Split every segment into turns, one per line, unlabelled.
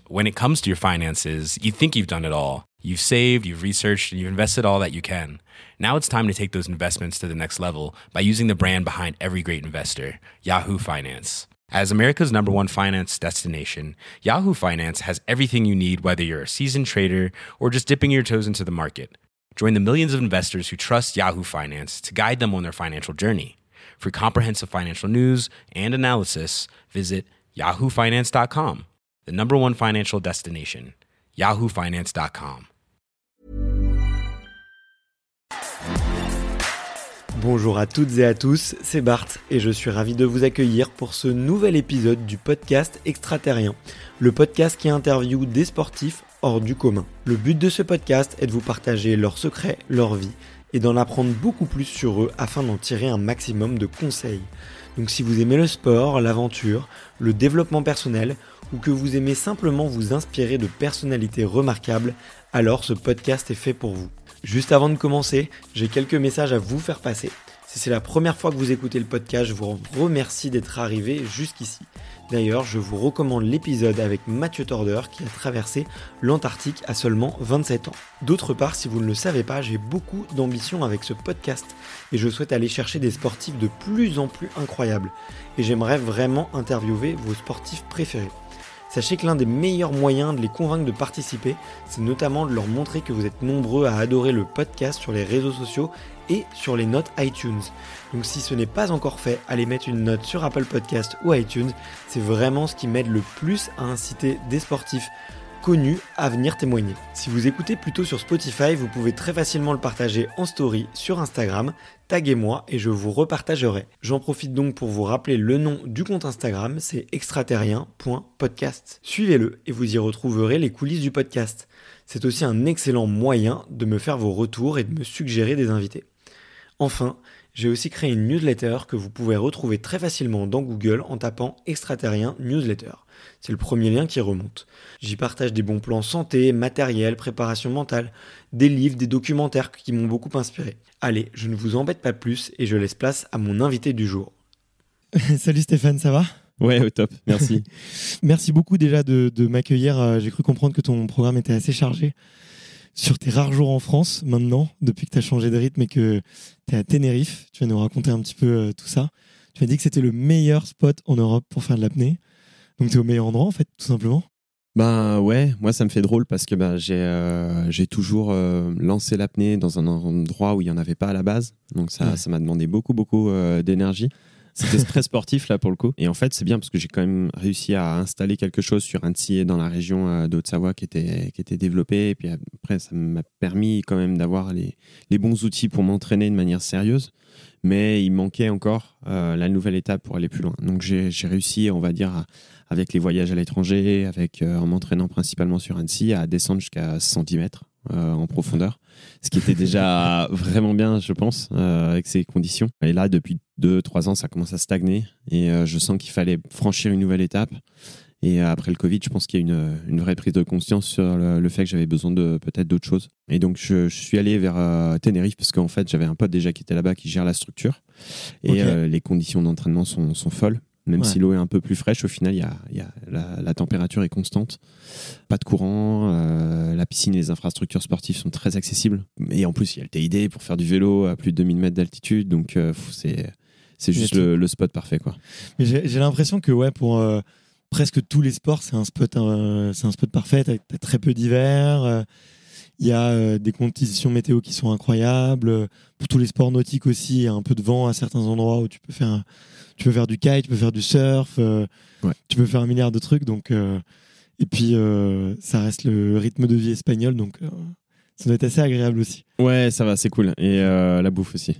when it comes to your finances, you think you've done it all. You've saved, you've researched, and you've invested all that you can. Now it's time to take those investments to the next level by using the brand behind every great investor, Yahoo Finance. As America's #1 finance destination, Yahoo Finance has everything you need, whether you're a seasoned trader or just dipping your toes into the market. Join the millions of investors who trust Yahoo Finance to guide them on their financial journey. For comprehensive financial news and analysis, visit yahoofinance.com, the #1 financial destination, yahoofinance.com.
Bonjour à toutes et à tous, c'est Bart et je suis ravi de vous accueillir pour ce nouvel épisode du podcast Extraterrien, le podcast qui interviewe des sportifs hors du commun. Le but de ce podcast est de vous partager leurs secrets, leur vie et d'en apprendre beaucoup plus sur eux afin d'en tirer un maximum de conseils. Donc si vous aimez le sport, l'aventure, le développement personnel ou que vous aimez simplement vous inspirer de personnalités remarquables, alors ce podcast est fait pour vous. Juste avant de commencer, j'ai quelques messages à vous faire passer. Si c'est la première fois que vous écoutez le podcast, je vous remercie d'être arrivé jusqu'ici. D'ailleurs, je vous recommande l'épisode avec Mathieu Torder qui a traversé l'Antarctique à seulement 27 ans. D'autre part, si vous ne le savez pas, j'ai beaucoup d'ambition avec ce podcast et je souhaite aller chercher des sportifs de plus en plus incroyables. Et j'aimerais vraiment interviewer vos sportifs préférés. Sachez que l'un des meilleurs moyens de les convaincre de participer, c'est notamment de leur montrer que vous êtes nombreux à adorer le podcast sur les réseaux sociaux et sur les notes iTunes. Donc si ce n'est pas encore fait, allez mettre une note sur Apple Podcast ou iTunes, c'est vraiment ce qui m'aide le plus à inciter des sportifs connus à venir témoigner. Si vous écoutez plutôt sur Spotify, vous pouvez très facilement le partager en story sur Instagram, taguez-moi et je vous repartagerai. J'en profite donc pour vous rappeler le nom du compte Instagram, c'est extraterrien.podcast. Suivez-le et vous y retrouverez les coulisses du podcast. C'est aussi un excellent moyen de me faire vos retours et de me suggérer des invités. Enfin, j'ai aussi créé une newsletter que vous pouvez retrouver très facilement dans Google en tapant Extraterrien Newsletter. C'est le premier lien qui remonte. J'y partage des bons plans santé, matériel, préparation mentale, des livres, des documentaires qui m'ont beaucoup inspiré. Allez, je ne vous embête pas plus et je laisse place à mon invité du jour. Salut Stéphane, ça va ?
Ouais, au top, merci.
Merci beaucoup déjà de m'accueillir. J'ai cru comprendre que ton programme était assez chargé sur tes rares jours en France maintenant, depuis que tu as changé de rythme et que tu es à Tenerife. Tu vas nous raconter un petit peu tout ça. Tu m'as dit que c'était le meilleur spot en Europe pour faire de l'apnée. Donc tu es au meilleur endroit en fait, tout simplement.
Ben ouais, moi ça me fait drôle parce que j'ai toujours lancé l'apnée dans un endroit où il n'y en avait pas à la base. Donc ça m'a demandé beaucoup d'énergie. C'était très sportif là pour le coup. Et en fait c'est bien parce que j'ai quand même réussi à installer quelque chose sur Annecy et dans la région de Haute-Savoie qui était développé. Et puis après ça m'a permis quand même d'avoir les bons outils pour m'entraîner de manière sérieuse. Mais il manquait encore la nouvelle étape pour aller plus loin. Donc j'ai réussi, on va dire, avec les voyages à l'étranger, en m'entraînant principalement sur Annecy, à descendre jusqu'à 110 mètres en profondeur. Ce qui était déjà vraiment bien, je pense, avec ces conditions. Et là, depuis 2-3 ans, ça commence à stagner. Et je sens qu'il fallait franchir une nouvelle étape. Et après le Covid, je pense qu'il y a une vraie prise de conscience sur le fait que j'avais besoin de peut-être d'autres choses. Et donc, je suis allé vers Tenerife parce qu'en fait, j'avais un pote déjà qui était là-bas qui gère la structure. Et les conditions d'entraînement sont folles. Même si l'eau est un peu plus fraîche, au final, la température est constante. Pas de courant, la piscine et les infrastructures sportives sont très accessibles. Et en plus, il y a le TID pour faire du vélo à plus de 2000 mètres d'altitude. Donc, c'est juste le spot parfait, quoi.
Mais j'ai l'impression que pour presque tous les sports, c'est un spot parfait. T'as très peu d'hiver. Il y a des conditions météo qui sont incroyables. Pour tous les sports nautiques aussi, il y a un peu de vent à certains endroits où tu peux faire du kite, tu peux faire du surf, tu peux faire un milliard de trucs. Donc, et puis, ça reste le rythme de vie espagnol. Donc, ça doit être assez agréable aussi.
Ouais, ça va, c'est cool. Et la bouffe aussi.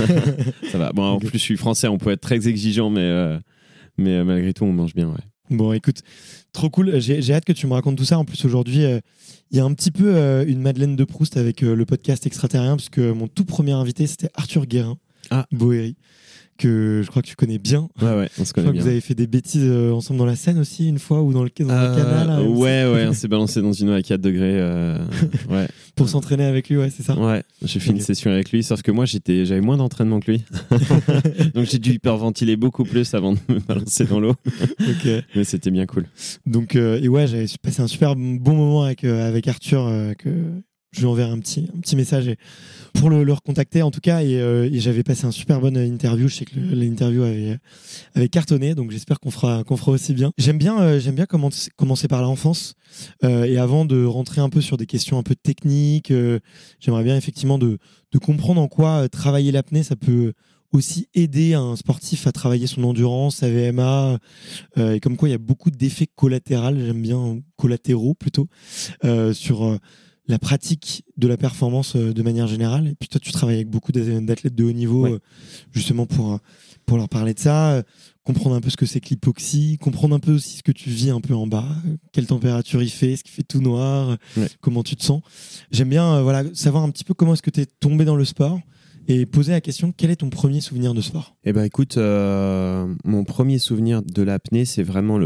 Ça va. Bon, en plus, je suis français, on peut être très exigeant, mais malgré tout, on mange bien, ouais.
Bon, écoute, trop cool. J'ai hâte que tu me racontes tout ça. En plus, aujourd'hui, il y a un petit peu une Madeleine de Proust avec le podcast Extraterrien, parce que mon tout premier invité, c'était Arthur Guérin. Boeri, que je crois que tu connais bien.
Ouais, on se connaît
Je crois
bien.
que vous avez fait des bêtises ensemble dans la Seine aussi, une fois, ou dans le canal. Là,
ouais, on s'est balancé dans une eau à 4 degrés. Ouais.
Pour s'entraîner avec lui, ouais, c'est ça.
Ouais, j'ai fait une session avec lui, sauf que moi j'avais moins d'entraînement que lui. Donc j'ai dû hyperventiler beaucoup plus avant de me balancer dans l'eau. Mais c'était bien cool.
Donc, et ouais, j'avais passé un super bon moment avec Arthur, que je lui enverrai un petit message pour le recontacter en tout cas, et j'avais passé un super bonne interview. Je sais que l'interview avait cartonné, donc j'espère qu'on fera aussi bien. J'aime bien commencer par l'enfance, et avant de rentrer un peu sur des questions un peu techniques, j'aimerais bien effectivement de comprendre en quoi travailler l'apnée ça peut aussi aider un sportif à travailler son endurance, sa VMA, et comme quoi il y a beaucoup d'effets collatéraux, j'aime bien collatéraux plutôt, sur la pratique de la performance de manière générale. Et puis toi, tu travailles avec beaucoup d'athlètes de haut niveau, justement pour leur parler de ça, comprendre un peu ce que c'est que l'hypoxie, comprendre un peu aussi ce que tu vis un peu en bas, quelle température il fait, ce qui fait tout noir, comment tu te sens. J'aime bien savoir un petit peu comment est-ce que tu es tombé dans le sport, et poser la question, quel est ton premier souvenir de sport ?
Eh ben écoute, mon premier souvenir de l'apnée, c'est vraiment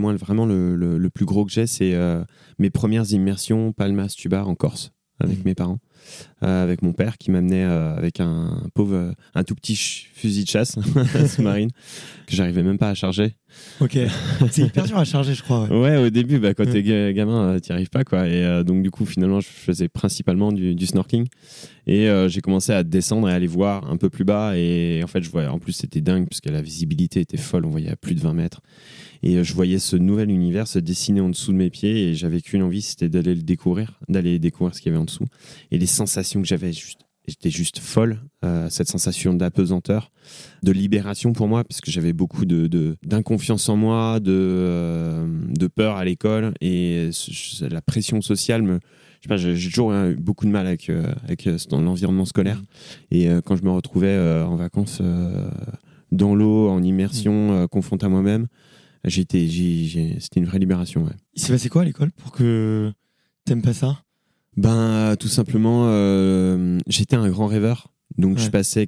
le plus gros que j'ai, c'est mes premières immersions Palmas-Tubar en Corse avec mes parents, avec mon père qui m'amenait avec un tout petit fusil de chasse sous-marine que j'arrivais même pas à charger.
Ok, c'est hyper dur à charger, je crois.
Ouais, au début, quand t'es gamin, t'y arrives pas, quoi. Et donc du coup, finalement, je faisais principalement du snorkeling. Et j'ai commencé à descendre et à aller voir un peu plus bas. Et en fait, je voyais, en plus, c'était dingue parce que la visibilité était folle. On voyait à plus de 20 mètres. Et je voyais ce nouvel univers se dessiner en dessous de mes pieds. Et j'avais qu'une envie, c'était d'aller découvrir ce qu'il y avait en dessous. Et les sensations que j'avais, j'étais juste folle. Cette sensation d'apesanteur, de libération pour moi, parce que j'avais beaucoup d'inconfiance en moi, de peur à l'école. Et la pression sociale j'ai toujours eu beaucoup de mal avec dans l'environnement scolaire. Et quand je me retrouvais en vacances dans l'eau, en immersion, confronté à moi-même, c'était une vraie libération. Ouais.
Il s'est passé quoi à l'école pour que t'aimes pas ça ?
Tout simplement, j'étais un grand rêveur. Donc je passais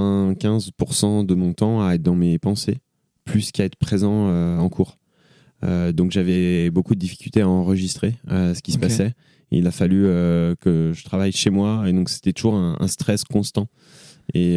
95% de mon temps à être dans mes pensées, plus qu'à être présent en cours. Donc j'avais beaucoup de difficultés à enregistrer ce qui se passait. Il a fallu que je travaille chez moi, et donc c'était toujours un stress constant. Et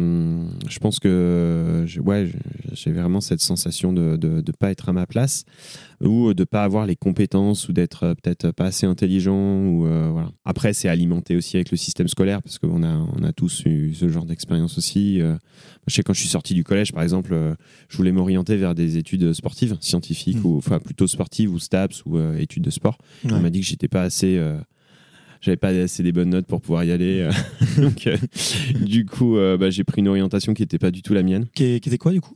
je pense que j'ai vraiment cette sensation de pas être à ma place, ou de pas avoir les compétences, ou d'être peut-être pas assez intelligent, ou voilà. Après, c'est alimenté aussi avec le système scolaire, parce qu'on a tous eu ce genre d'expérience aussi. Je sais, quand je suis sorti du collège, par exemple, je voulais m'orienter vers des études sportives, scientifiques, ou enfin plutôt sportives, ou STAPS, ou études de sport. On m'a dit que j'étais pas assez j'avais pas assez des bonnes notes pour pouvoir y aller. Donc, du coup, j'ai pris une orientation qui n'était pas du tout la mienne.
Qui était quoi, du coup ?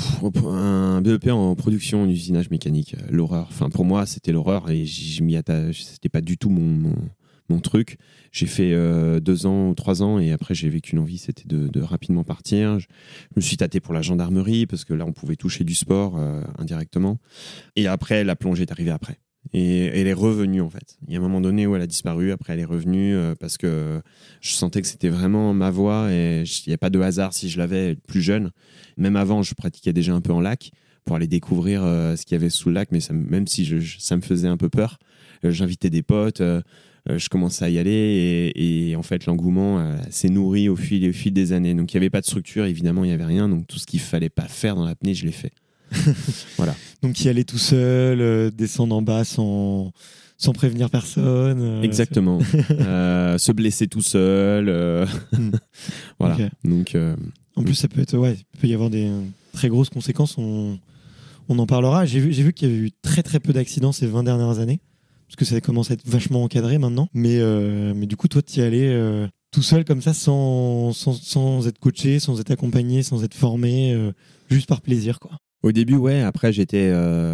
Un BEP en production, en usinage mécanique. L'horreur. Enfin, pour moi, c'était l'horreur, et c'était pas du tout mon truc. J'ai fait 2 ans ou 3 ans, et après, j'ai vécu une envie, c'était de rapidement partir. Je me suis tâté pour la gendarmerie, parce que là, on pouvait toucher du sport indirectement. Et après, la plongée est arrivée après. Et elle est revenue, en fait. Il y a un moment donné où elle a disparu, après elle est revenue parce que je sentais que c'était vraiment ma voie, et il n'y a pas de hasard si je l'avais plus jeune. Même avant, je pratiquais déjà un peu en lac pour aller découvrir ce qu'il y avait sous le lac, mais même si ça me faisait un peu peur, j'invitais des potes, je commençais à y aller, et en fait l'engouement s'est nourri au fil des années. Donc il n'y avait pas de structure, évidemment, il n'y avait rien, donc tout ce qu'il ne fallait pas faire dans l'apnée, je l'ai fait. Voilà.
Donc y aller tout seul, descendre en bas sans prévenir personne.
Exactement. Se blesser tout seul. Voilà. Okay. Donc,
en plus, ça peut être, il peut y avoir des très grosses conséquences. On en parlera. J'ai vu qu'il y avait eu très très peu d'accidents ces 20 dernières années, parce que ça commence à être vachement encadré maintenant. Mais du coup, toi, tu y allais tout seul comme ça, sans être coaché, sans être accompagné, sans être formé, juste par plaisir, quoi.
Au début, ouais. Après, j'étais.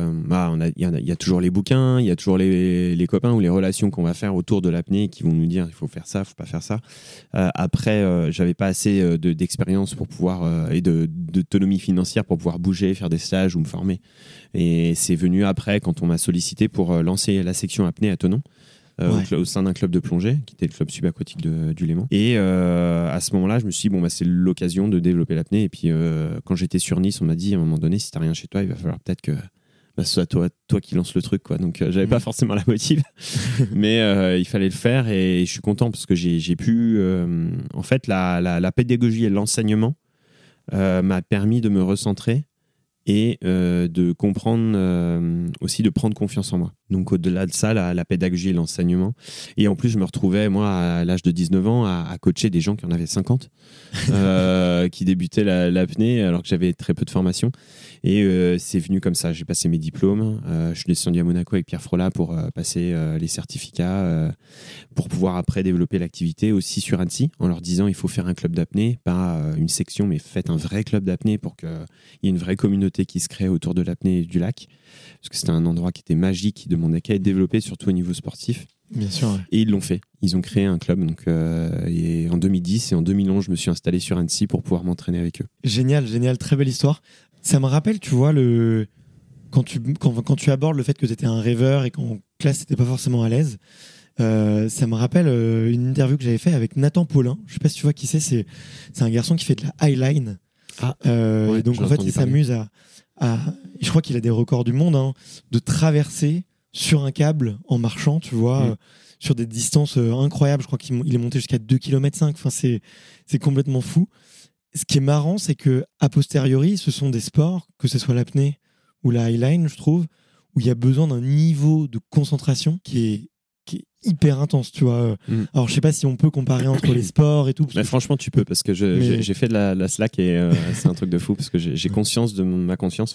Il y a toujours les bouquins, il y a toujours les copains ou les relations qu'on va faire autour de l'apnée qui vont nous dire il faut faire ça, il faut pas faire ça. Après, j'avais pas assez d'expérience pour pouvoir et d'autonomie financière pour pouvoir bouger, faire des stages ou me former. Et c'est venu après, quand on m'a sollicité pour lancer la section apnée à Thonon. au sein d'un club de plongée, qui était le club subaquatique du Léman. Et à ce moment-là, je me suis dit, c'est l'occasion de développer l'apnée. Et puis, quand j'étais sur Nice, on m'a dit, à un moment donné, si t'as rien chez toi, il va falloir peut-être que ce soit toi qui lance le truc, quoi. Donc, j'avais pas forcément la motive, mais il fallait le faire. Et je suis content parce que j'ai pu... en fait, la pédagogie et l'enseignement m'a permis de me recentrer et de comprendre, aussi de prendre confiance en moi. Donc au-delà de ça, la pédagogie et l'enseignement. Et en plus, je me retrouvais, moi, à l'âge de 19 ans, à coacher des gens qui en avaient 50, qui débutaient l'apnée alors que j'avais très peu de formation. Et c'est venu comme ça. J'ai passé mes diplômes. Je suis descendu à Monaco avec Pierre Frolat pour passer les certificats, pour pouvoir après développer l'activité aussi sur Annecy, en leur disant il faut faire un club d'apnée, pas une section, mais faites un vrai club d'apnée pour qu'il y ait une vraie communauté qui se crée autour de l'apnée et du lac. Parce que c'était un endroit qui était magique, qui demandait qu'à être développé, surtout au niveau sportif.
Bien sûr. Ouais.
Et ils l'ont fait. Ils ont créé un club et en 2010 et en 2011, je me suis installé sur Annecy pour pouvoir m'entraîner avec eux.
Génial, très belle histoire. Ça me rappelle, tu vois, quand tu abordes le fait que tu étais un rêveur et qu'en classe, tu n'étais pas forcément à l'aise. Ça me rappelle une interview que j'avais fait avec Nathan Paulin. Je sais pas si tu vois qui c'est. C'est un garçon qui fait de la highline. Et donc en fait, il s'amuse à je crois qu'il a des records du monde, hein, de traverser sur un câble en marchant, tu vois, sur des distances incroyables. Je crois qu'il est monté jusqu'à 2,5 km. Enfin, c'est complètement fou. Ce qui est marrant, c'est que a posteriori, ce sont des sports, que ce soit l'apnée ou la highline, je trouve, où il y a besoin d'un niveau de concentration qui est hyper intense, tu vois. Alors, je sais pas si on peut comparer entre les sports et tout.
Mais franchement, tu peux, parce que j'ai fait de la slack et c'est un truc de fou, parce que j'ai conscience de ma conscience,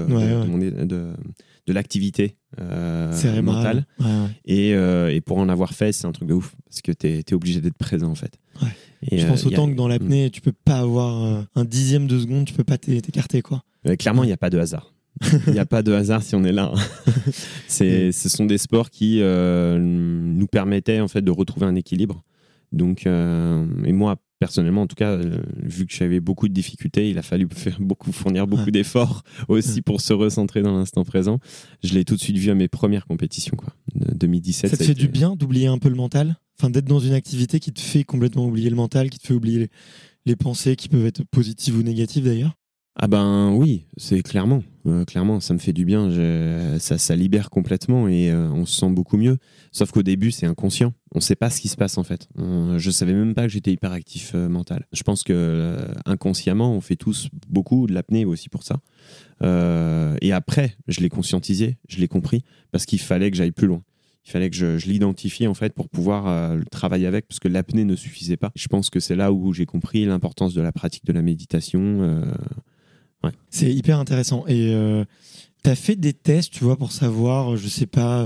de l'activité mentale. Et pour en avoir fait, c'est un truc de ouf, parce que t'es obligé d'être présent, en fait.
Ouais. Et je pense autant que dans l'apnée, tu peux pas avoir un dixième de seconde, tu peux pas t'écarter, quoi.
Clairement, il n'y a pas de hasard. Il n'y a pas de hasard si on est là. Ce sont des sports qui nous permettaient en fait de retrouver un équilibre. Donc, et moi personnellement, en tout cas, vu que j'avais beaucoup de difficultés, il a fallu fournir beaucoup d'efforts aussi pour se recentrer dans l'instant présent. Je l'ai tout de suite vu à mes premières compétitions, quoi. 2017.
Ça te fait du bien d'oublier un peu le mental, enfin d'être dans une activité qui te fait complètement oublier le mental, qui te fait oublier les pensées qui peuvent être positives ou négatives d'ailleurs.
Ah ben oui, c'est clairement, ça me fait du bien, ça libère complètement et on se sent beaucoup mieux. Sauf qu'au début, c'est inconscient, on ne sait pas ce qui se passe en fait. Je savais même pas que j'étais hyperactif mental. Je pense que inconsciemment, on fait tous beaucoup de l'apnée aussi pour ça. Et après, je l'ai conscientisé, je l'ai compris, parce qu'il fallait que j'aille plus loin. Il fallait que je l'identifie en fait pour pouvoir travailler avec, parce que l'apnée ne suffisait pas. Je pense que c'est là où j'ai compris l'importance de la pratique de la méditation. Ouais.
C'est hyper intéressant. Et tu as fait des tests, tu vois, pour savoir, je sais pas,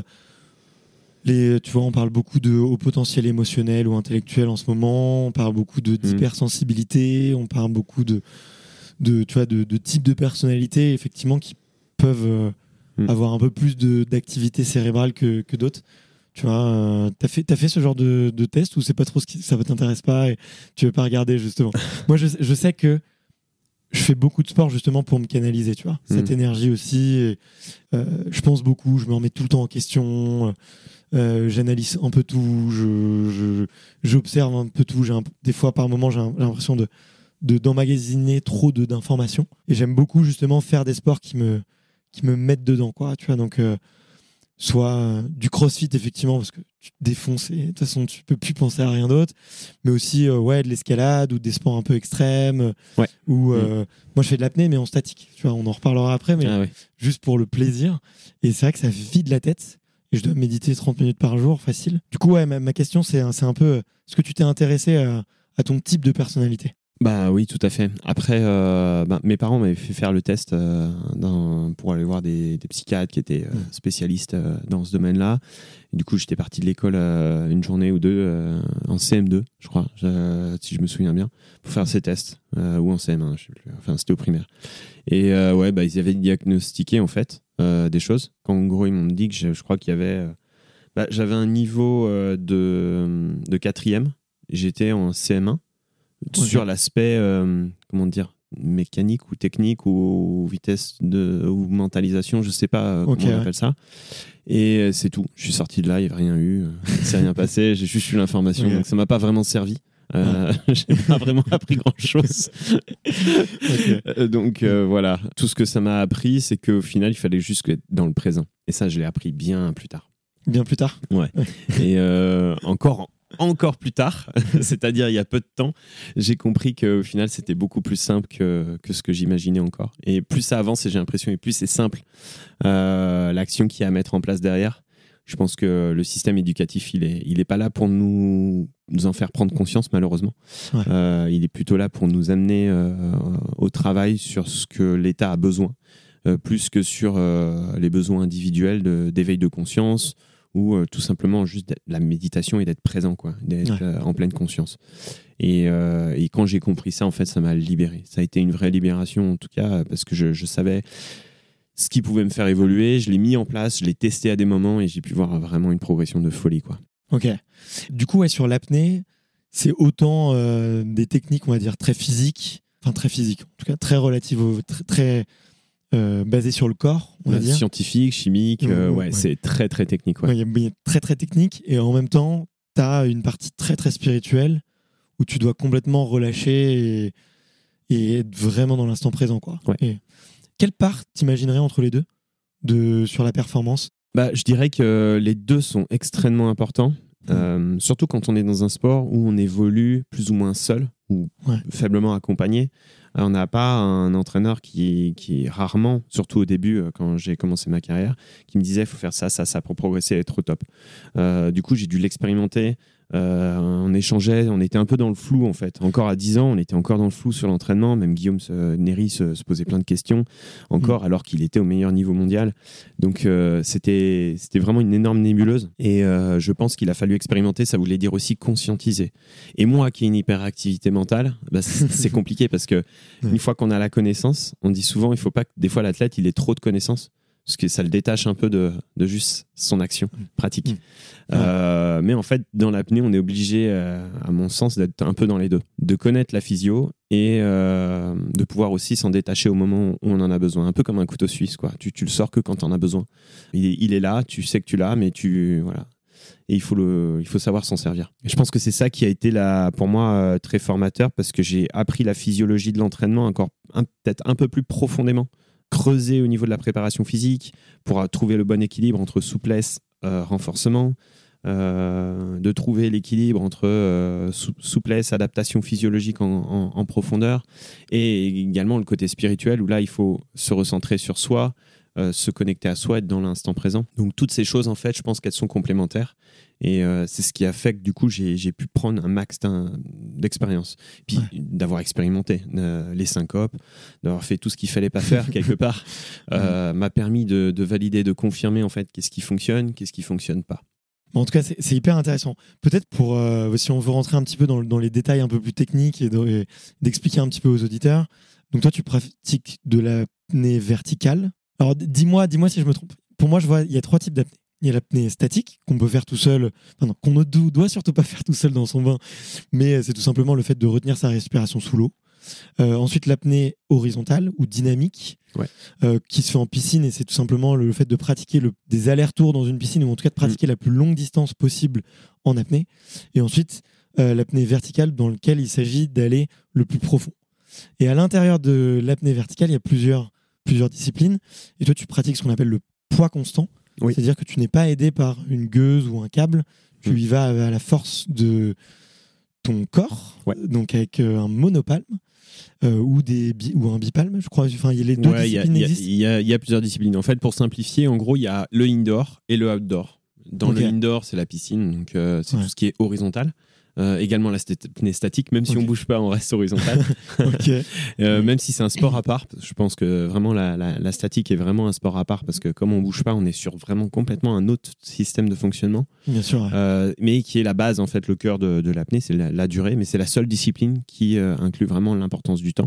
tu vois, on parle beaucoup de haut potentiel émotionnel ou intellectuel en ce moment, on parle beaucoup d'hypersensibilité, on parle beaucoup tu vois, de types de personnalités, effectivement, qui peuvent avoir un peu plus d'activité cérébrale que d'autres. Tu vois, t'as fait ce genre de test ou c'est pas trop ça t'intéresse pas et tu veux pas regarder, justement. Moi, je sais que je fais beaucoup de sport justement pour me canaliser, tu vois, cette énergie aussi. Et, je pense beaucoup, je me remets tout le temps en question, j'analyse un peu tout, j'observe un peu tout. Des fois, par moment, j'ai l'impression d'emmagasiner trop d'informations. Et j'aime beaucoup justement faire des sports qui me mettent dedans, quoi. Tu vois, donc soit du crossfit effectivement parce que tu te défonces et de toute façon tu peux plus penser à rien d'autre, mais aussi de l'escalade ou des sports un peu extrêmes, ou moi je fais de l'apnée mais en statique, tu vois, on en reparlera après, mais juste pour le plaisir. Et c'est vrai que ça vide la tête et je dois méditer 30 minutes par jour facile. Du coup ma question c'est un peu est-ce que tu t'es intéressé à ton type de personnalité?
Bah oui, tout à fait. Après, mes parents m'avaient fait faire le test pour aller voir des psychiatres qui étaient spécialistes dans ce domaine-là. Et du coup, j'étais parti de l'école une journée ou deux en CM2, je crois, si je me souviens bien, pour faire ces tests, ou en CM1, je sais plus. Enfin, c'était au primaire. Et ils avaient diagnostiqué en fait des choses. En gros, ils m'ont dit que je crois qu'il y avait, j'avais un niveau de quatrième. J'étais en CM1. Sur l'aspect mécanique ou technique ou vitesse ou mentalisation, je sais pas comment on appelle ça. Et c'est tout. Je suis sorti de là, il n'y avait rien eu, il s'est rien passé, j'ai juste eu l'information, donc ça m'a pas vraiment servi. J'ai pas vraiment appris grand chose. Donc voilà, tout ce que ça m'a appris, c'est qu'au final, il fallait juste être dans le présent. Et ça, je l'ai appris bien plus tard.
Bien plus tard.
Ouais. Et encore plus tard, c'est-à-dire il y a peu de temps, j'ai compris qu'au final, c'était beaucoup plus simple que ce que j'imaginais encore. Et plus ça avance, et j'ai l'impression, et plus c'est simple, l'action qu'il y a à mettre en place derrière. Je pense que le système éducatif, il est pas là pour nous en faire prendre conscience, malheureusement. Ouais. Il est plutôt là pour nous amener au travail sur ce que l'État a besoin, plus que sur les besoins individuels d'éveil de conscience ou tout simplement juste la méditation et d'être présent, quoi, d'être en pleine conscience. Et quand j'ai compris ça, en fait, ça m'a libéré. Ça a été une vraie libération, en tout cas, parce que je savais ce qui pouvait me faire évoluer, je l'ai mis en place, je l'ai testé à des moments et j'ai pu voir vraiment une progression de folie, quoi.
Ok. Du coup, sur l'apnée, c'est autant des techniques, on va dire, très physiques, en tout cas très relatives, très basées sur le corps, on va dire.
Scientifique, chimique, c'est très très technique.
Ouais. Il y a très très technique et en même temps, tu as une partie très très spirituelle où tu dois complètement relâcher et être vraiment dans l'instant présent, quoi.
Ouais.
Et quelle part t'imaginerais entre les deux sur la performance ?
Je dirais que les deux sont extrêmement importants, surtout quand on est dans un sport où on évolue plus ou moins seul ou faiblement accompagné. On n'a pas un entraîneur qui rarement, surtout au début, quand j'ai commencé ma carrière, qui me disait « il faut faire ça, ça, ça pour progresser et être au top ». Du coup, j'ai dû l'expérimenter. On échangeait, on était un peu dans le flou en fait. Encore à 10 ans, on était encore dans le flou sur l'entraînement. Même Guillaume Néry se posait plein de questions encore, alors qu'il était au meilleur niveau mondial. Donc c'était vraiment une énorme nébuleuse. Et je pense qu'il a fallu expérimenter. Ça voulait dire aussi conscientiser. Et moi, qui ai une hyperactivité mentale, c'est compliqué parce que une fois qu'on a la connaissance, on dit souvent il faut pas que des fois l'athlète il ait trop de connaissances. Parce que ça le détache un peu de juste son action pratique. Mais en fait, dans l'apnée, on est obligé, à mon sens, d'être un peu dans les deux. De connaître la physio et de pouvoir aussi s'en détacher au moment où on en a besoin. Un peu comme un couteau suisse, quoi. Tu le sors que quand tu en as besoin. Il est là, tu sais que tu l'as, mais voilà. Et il faut savoir s'en servir. Et je pense que c'est ça qui a été pour moi très formateur parce que j'ai appris la physiologie de l'entraînement encore peut-être un peu plus profondément. Creuser au niveau de la préparation physique pour trouver le bon équilibre entre souplesse, renforcement, de trouver l'équilibre entre souplesse, adaptation physiologique en profondeur et également le côté spirituel où là il faut se recentrer sur soi, se connecter à soi, être dans l'instant présent. Donc toutes ces choses en fait je pense qu'elles sont complémentaires et c'est ce qui a fait que du coup j'ai pu prendre un max d'expérience puis d'avoir expérimenté les syncopes, d'avoir fait tout ce qu'il fallait pas faire quelque part m'a permis de valider, de confirmer en fait qu'est-ce qui fonctionne pas.
En tout cas, c'est hyper intéressant. Peut-être si on veut rentrer un petit peu dans les détails un peu plus techniques et d'expliquer un petit peu aux auditeurs. Donc toi, tu pratiques de l'apnée verticale. Alors dis-moi si je me trompe. Pour moi, je vois il y a 3 types d'apnée. Il y a l'apnée statique qu'on peut faire tout seul, qu'on ne doit surtout pas faire tout seul dans son bain, mais c'est tout simplement le fait de retenir sa respiration sous l'eau. Ensuite, l'apnée horizontale ou dynamique, qui se fait en piscine, et c'est tout simplement le fait de pratiquer des allers-retours dans une piscine, ou en tout cas de pratiquer la plus longue distance possible en apnée. Et ensuite, l'apnée verticale, dans laquelle il s'agit d'aller le plus profond. Et à l'intérieur de l'apnée verticale, il y a plusieurs disciplines. Et toi, tu pratiques ce qu'on appelle le poids constant. Oui. C'est-à-dire que tu n'es pas aidé par une gueuse ou un câble. Tu y vas à la force de ton corps, donc avec un monopalme ou un bipalme, je crois. Enfin, il y a les deux disciplines existent.
Il y a plusieurs disciplines. En fait, pour simplifier, en gros, il y a le indoor et le outdoor. Dans le indoor, c'est la piscine, donc c'est tout ce qui est horizontal. Également la apnée statique, même si on bouge pas, on reste horizontal. Même si c'est un sport à part, je pense que vraiment la statique est vraiment un sport à part parce que comme on bouge pas, on est sur vraiment complètement un autre système de fonctionnement.
Bien sûr.
Mais qui est la base en fait, le cœur de l'apnée, c'est la durée, mais c'est la seule discipline qui inclut vraiment l'importance du temps.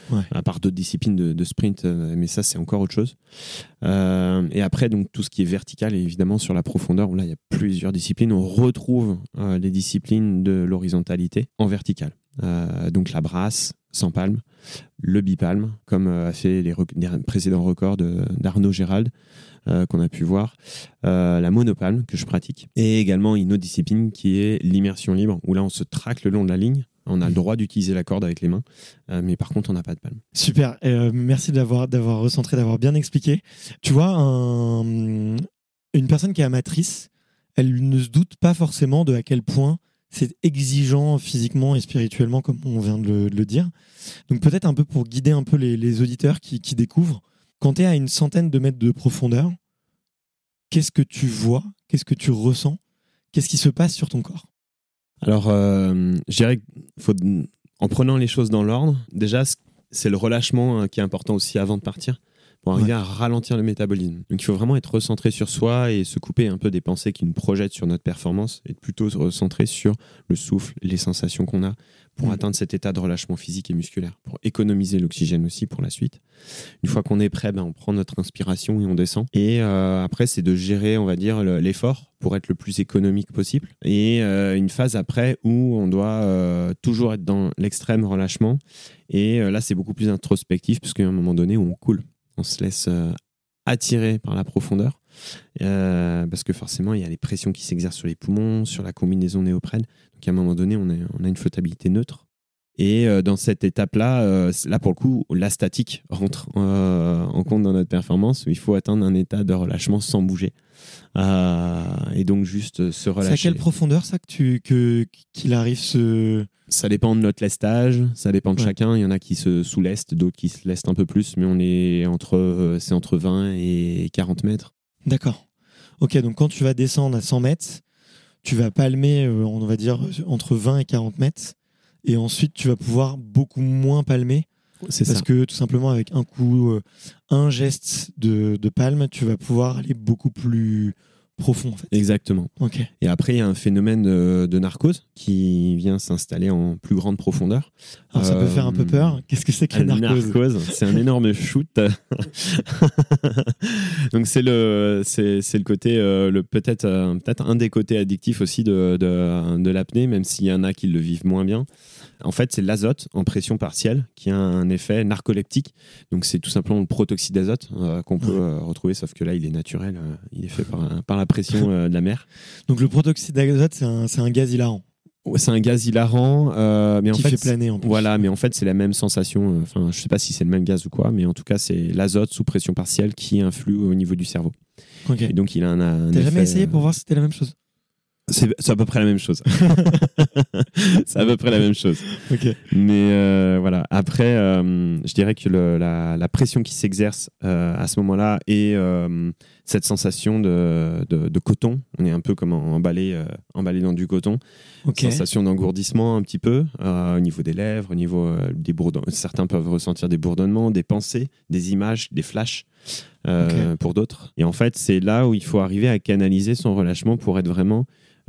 à part d'autres disciplines de sprint, mais ça, c'est encore autre chose. Et après, donc, tout ce qui est vertical, et évidemment, sur la profondeur, où là, il y a plusieurs disciplines, on retrouve les disciplines de l'horizontalité en vertical. Donc, la brasse, sans palme, le bipalme, comme a fait les précédents records d'Arnaud Gérald, qu'on a pu voir, la monopalme que je pratique, et également une autre discipline qui est l'immersion libre, où là on se traque le long de la ligne, on a le droit d'utiliser la corde avec les mains, mais par contre on n'a pas de palme.
Super, merci d'avoir recentré, d'avoir bien expliqué. Tu vois, une personne qui est amatrice, elle ne se doute pas forcément de à quel point c'est exigeant physiquement et spirituellement, comme on vient de le dire. Donc peut-être un peu pour guider un peu les auditeurs qui découvrent, quand tu es à une centaine de mètres de profondeur, qu'est-ce que tu vois? Qu'est-ce que tu ressens? Qu'est-ce qui se passe sur ton corps?
Alors, je dirais en prenant les choses dans l'ordre, déjà, c'est le relâchement qui est important aussi avant de partir, pour arriver à ralentir le métabolisme. Donc il faut vraiment être recentré sur soi et se couper un peu des pensées qui nous projettent sur notre performance et plutôt se recentrer sur le souffle, les sensations qu'on a pour atteindre cet état de relâchement physique et musculaire, pour économiser l'oxygène aussi pour la suite. Une fois qu'on est prêt, on prend notre inspiration et on descend. Et après, c'est de gérer, on va dire, l'effort pour être le plus économique possible. Et une phase après où on doit toujours être dans l'extrême relâchement. Et là, c'est beaucoup plus introspectif parce qu'il y a un moment donné où on coule. On se laisse attirer par la profondeur parce que forcément il y a les pressions qui s'exercent sur les poumons, sur la combinaison néoprène. Donc à un moment donné on a une flottabilité neutre et dans cette étape-là, là pour le coup la statique rentre en compte dans notre performance où il faut atteindre un état de relâchement sans bouger et donc juste se relâcher.
C'est à quelle profondeur ça qu'il arrive
Ça dépend de notre lestage, ça dépend de chacun. Il y en a qui se sous-lestent, d'autres qui se lestent un peu plus, mais on est entre 20 et 40 mètres.
D'accord. Ok, donc quand tu vas descendre à 100 mètres, tu vas palmer, on va dire, entre 20 et 40 mètres, et ensuite tu vas pouvoir beaucoup moins palmer.
C'est
parce
ça.
que tout simplement avec un coup, un geste de palme, tu vas pouvoir aller beaucoup plus profond en fait.
Exactement.
Okay.
Et après, il y a un phénomène de narcose qui vient s'installer en plus grande profondeur.
Alors, ça peut faire un peu peur. Qu'est-ce que c'est que la narcose?
C'est un énorme shoot. Donc c'est le côté, peut-être un des côtés addictifs aussi de l'apnée, même s'il y en a qui le vivent moins bien. En fait, c'est l'azote en pression partielle qui a un effet narcoleptique. Donc, c'est tout simplement le protoxyde d'azote qu'on peut retrouver, sauf que là, il est naturel. Il est fait par la pression de la mer.
Donc, le protoxyde d'azote, c'est un gaz hilarant.
Ouais, c'est un gaz hilarant. Mais
qui fait planer en plus.
Voilà, mais en fait, c'est la même sensation. Enfin, je ne sais pas si c'est le même gaz ou quoi, mais en tout cas, c'est l'azote sous pression partielle qui influe au niveau du cerveau.
Okay.
Et donc, il a un
T'as
effet...
jamais essayé pour voir si c'était la même chose?
C'est à peu près la même chose. C'est à peu près la même chose.
Okay.
Mais voilà. Après, je dirais que la pression qui s'exerce à ce moment-là et cette sensation de coton, on est un peu comme emballé dans du coton.
Okay.
Sensation d'engourdissement un petit peu au niveau des lèvres, au niveau des bourdonnements. Certains peuvent ressentir des bourdonnements, des pensées, des images, des flashs. Pour d'autres. Et en fait, c'est là où il faut arriver à canaliser son relâchement pour être vraiment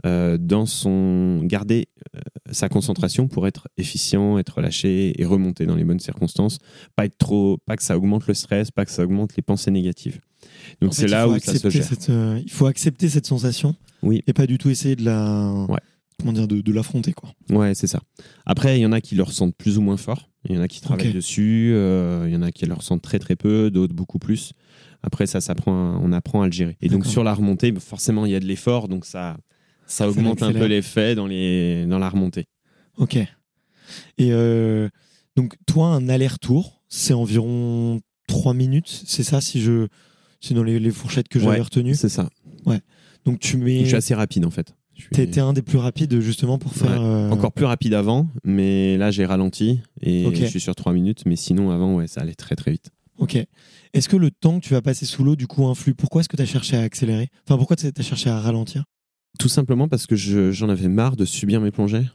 garder sa concentration pour être efficient, être relâché et remonter dans les bonnes circonstances. Pas que ça augmente le stress, pas que ça augmente les pensées négatives. Donc c'est là où ça se gère.
Il faut accepter cette sensation et pas du tout essayer de de l'affronter, quoi. Ouais,
c'est ça. Après, il y en a qui le ressentent plus ou moins fort. Il y en a qui travaillent dessus. Il y en a qui le ressentent très très peu, d'autres beaucoup plus. Après, on apprend à le gérer. Et donc sur la remontée, forcément, il y a de l'effort, donc ça augmente un peu l'effet dans la remontée.
Ok. Et donc toi, un aller-retour, c'est environ 3 minutes, c'est ça, c'est dans les fourchettes que j'avais retenues.
C'est ça.
Ouais. Donc je
suis assez rapide en fait.
T'es un des plus rapides justement pour faire...
Encore plus rapide avant, mais là j'ai ralenti et je suis sur 3 minutes, mais sinon avant ça allait très très vite.
Ok. Est-ce que le temps que tu vas passer sous l'eau du coup influe? Pourquoi est-ce que tu as cherché à accélérer? Enfin, pourquoi tu as cherché à ralentir?
Tout simplement parce que j'en avais marre de subir mes plongées.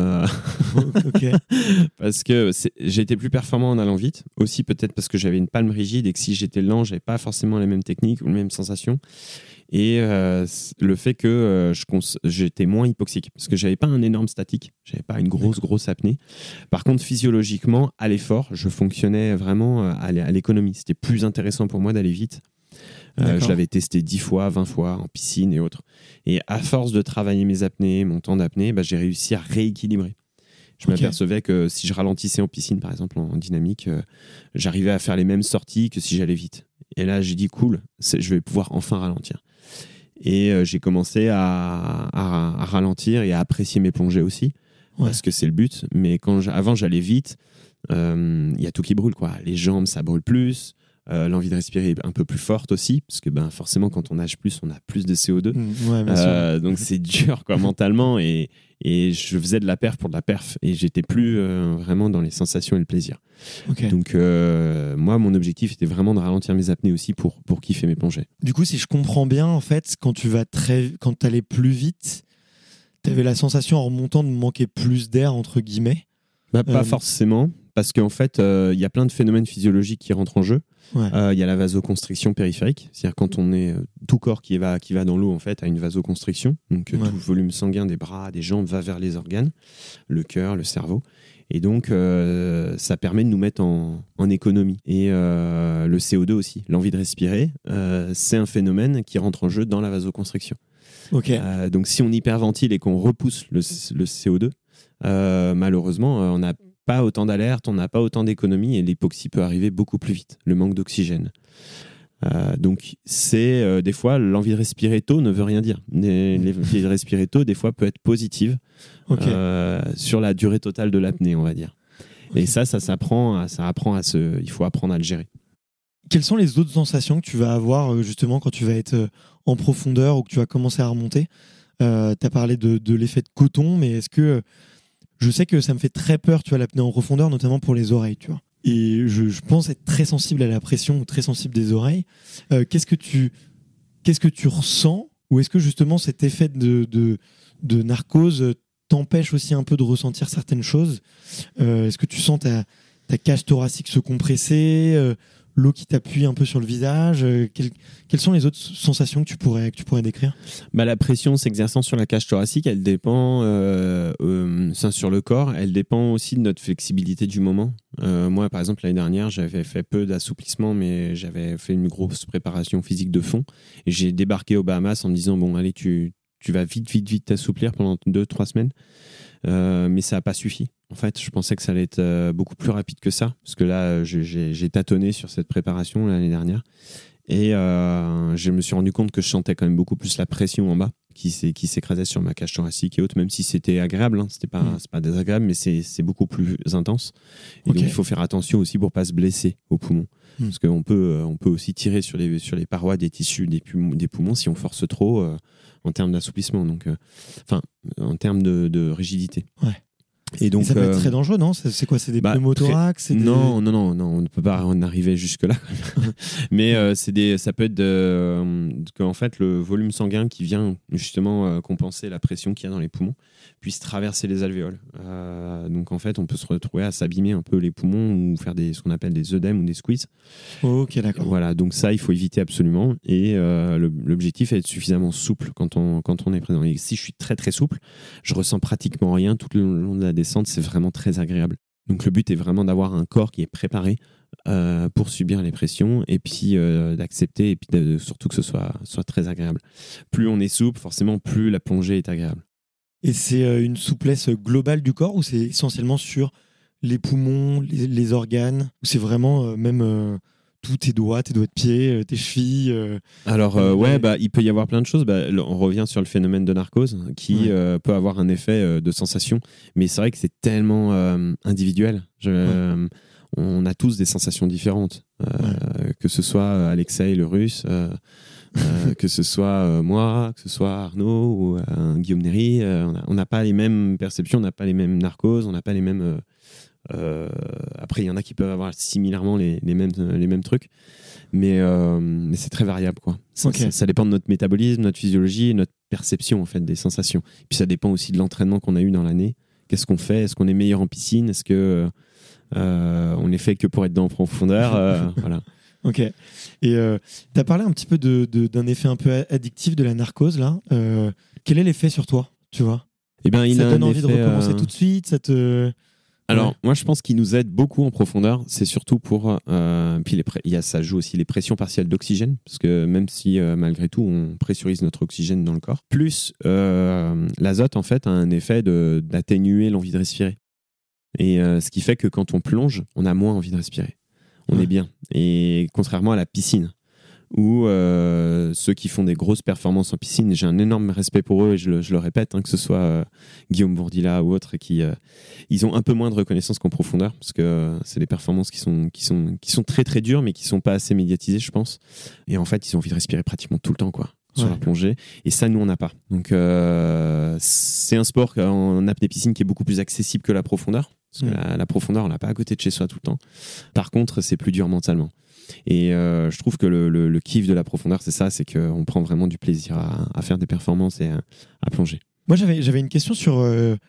Parce que j'ai été plus performant en allant vite. Aussi peut-être parce que j'avais une palme rigide et que si j'étais lent, j'avais pas forcément les mêmes techniques ou les mêmes sensations. Et le fait que j'étais moins hypoxique, parce que j'avais pas un énorme statique, j'avais pas une grosse apnée. Par contre, physiologiquement, à l'effort, je fonctionnais vraiment à l'économie. C'était plus intéressant pour moi d'aller vite. Je l'avais testé 10 fois, 20 fois en piscine et autres. Et à force de travailler mes apnées, mon temps d'apnée, j'ai réussi à rééquilibrer. Je m'apercevais que si je ralentissais en piscine, par exemple, en dynamique, j'arrivais à faire les mêmes sorties que si j'allais vite. Et là, j'ai dit, cool, je vais pouvoir enfin ralentir. Et j'ai commencé à ralentir et à apprécier mes plongées aussi, parce que c'est le but. Mais avant, j'allais vite, il y a tout qui brûle, quoi. Les jambes, ça brûle plus. L'envie de respirer est un peu plus forte aussi, parce que forcément, quand on nage plus, on a plus de CO2. Donc, c'est dur quoi, mentalement. Et je faisais de la perf pour de la perf. Et j'étais plus vraiment dans les sensations et le plaisir. Donc, moi, mon objectif était vraiment de ralentir mes apnées aussi pour kiffer mes plongées.
Du coup, si je comprends bien, en fait, quand tu allais plus vite, tu avais la sensation en remontant de manquer plus d'air, entre guillemets.
Pas forcément, parce qu'en fait, il y a plein de phénomènes physiologiques qui rentrent en jeu. Il y a la vasoconstriction périphérique, c'est-à-dire quand on est tout corps qui va dans l'eau en fait a une vasoconstriction, donc tout le volume sanguin des bras, des jambes va vers les organes, le cœur, le cerveau, et donc ça permet de nous mettre en économie. Et le CO2 aussi, l'envie de respirer, c'est un phénomène qui rentre en jeu dans la vasoconstriction. Donc si on hyperventile et qu'on repousse le CO2, malheureusement on n'a pas autant d'alerte, on n'a pas autant d'économie et l'hypoxie peut arriver beaucoup plus vite, le manque d'oxygène. Donc c'est des fois l'envie de respirer tôt ne veut rien dire. L'envie de respirer tôt des fois peut être positive sur la durée totale de l'apnée, on va dire. Et ça s'apprend, il faut apprendre à le gérer.
Quelles sont les autres sensations que tu vas avoir justement quand tu vas être en profondeur ou que tu vas commencer à remonter? Tu as parlé de l'effet de coton, mais est-ce que je sais que ça me fait très peur, tu vois, l'apnée en profondeur, notamment pour les oreilles, tu vois. Et je pense être très sensible à la pression ou très sensible des oreilles. Qu'est-ce que tu ressens? Ou est-ce que justement cet effet de narcose t'empêche aussi un peu de ressentir certaines choses? Est-ce que tu sens ta cage thoracique se compresser, l'eau qui t'appuie un peu sur le visage? Quelles sont les autres sensations que tu pourrais décrire?
La pression s'exerçant sur la cage thoracique, elle dépend sur le corps, elle dépend aussi de notre flexibilité du moment. Moi, par exemple, l'année dernière, j'avais fait peu d'assouplissement, mais j'avais fait une grosse préparation physique de fond. Et j'ai débarqué aux Bahamas en me disant, bon, allez, tu vas vite t'assouplir pendant 2-3 semaines. Mais ça n'a pas suffi. En fait, je pensais que ça allait être beaucoup plus rapide que ça, parce que là, j'ai tâtonné sur cette préparation l'année dernière, et je me suis rendu compte que je sentais quand même beaucoup plus la pression en bas qui s'écrasait sur ma cage thoracique et autres, même si c'était agréable, c'est pas désagréable, mais c'est beaucoup plus intense. Et donc, il faut faire attention aussi pour pas se blesser aux poumons, parce qu'on peut aussi tirer sur les parois des tissus des poumons si on force trop en termes d'assouplissement, en termes de rigidité.
Et donc, ça peut être très dangereux, non? C'est quoi? C'est des pneumothorax?
Non, on ne peut pas en arriver jusque-là. Mais ça peut être qu'en fait, le volume sanguin qui vient justement compenser la pression qu'il y a dans les poumons puisse traverser les alvéoles. Donc en fait, on peut se retrouver à s'abîmer un peu les poumons ou faire ce qu'on appelle des œdèmes ou des squeezes.
Ok, d'accord.
Voilà, donc ça, il faut éviter absolument. Et l'objectif est d'être suffisamment souple quand on est présent. Et si je suis très très souple, je ressens pratiquement rien tout le long de la descente, c'est vraiment très agréable. Donc le but est vraiment d'avoir un corps qui est préparé pour subir les pressions et puis d'accepter et puis surtout que ce soit très agréable. Plus on est souple, forcément, plus la plongée est agréable.
Et c'est une souplesse globale du corps ou c'est essentiellement sur les poumons, les organes? Ou c'est vraiment même tous tes doigts de pied, tes chevilles?
Alors il peut y avoir plein de choses. On revient sur le phénomène de narcose qui peut avoir un effet de sensation, mais c'est vrai que c'est tellement individuel. On a tous des sensations différentes, que ce soit Alexei le russe, que ce soit moi, que ce soit Arnaud ou Guillaume Néry. On n'a pas les mêmes perceptions, on n'a pas les mêmes narcoses, on n'a pas les mêmes... après, il y en a qui peuvent avoir similairement les mêmes trucs, mais c'est très variable, quoi. Ça dépend de notre métabolisme, notre physiologie, notre perception en fait des sensations. Puis ça dépend aussi de l'entraînement qu'on a eu dans l'année. Qu'est-ce qu'on fait? Est-ce qu'on est meilleur en piscine? Est-ce que on est fait que pour être dans en profondeur? Voilà.
Ok. Et tu as parlé un petit peu d'un effet un peu addictif de la narcose, là. Quel est l'effet sur toi, tu vois?
Eh ben,
ça te donne envie de recommencer tout de suite,
Alors, moi, je pense qu'il nous aide beaucoup en profondeur. C'est surtout pour... puis ça joue aussi les pressions partielles d'oxygène, parce que même si, malgré tout, on pressurise notre oxygène dans le corps, plus l'azote, en fait, a un effet d'atténuer l'envie de respirer. Et ce qui fait que quand on plonge, on a moins envie de respirer. On est bien. Et contrairement à la piscine, où ceux qui font des grosses performances en piscine, j'ai un énorme respect pour eux et je le répète, que ce soit Guillaume Bourdila ou autres, ils ont un peu moins de reconnaissance qu'en profondeur, parce que c'est des performances qui sont très très dures, mais qui sont pas assez médiatisées, je pense. Et en fait, ils ont envie de respirer pratiquement tout le temps, quoi, sur la plongée. Et ça, nous, on n'a pas. Donc, c'est un sport en apnée piscine qui est beaucoup plus accessible que la profondeur. Parce que la profondeur, on l'a pas à côté de chez soi tout le temps. Par contre, c'est plus dur mentalement. Et je trouve que le kiff de la profondeur, c'est ça, c'est qu'on prend vraiment du plaisir à faire des performances et à plonger.
Moi, j'avais une question sur...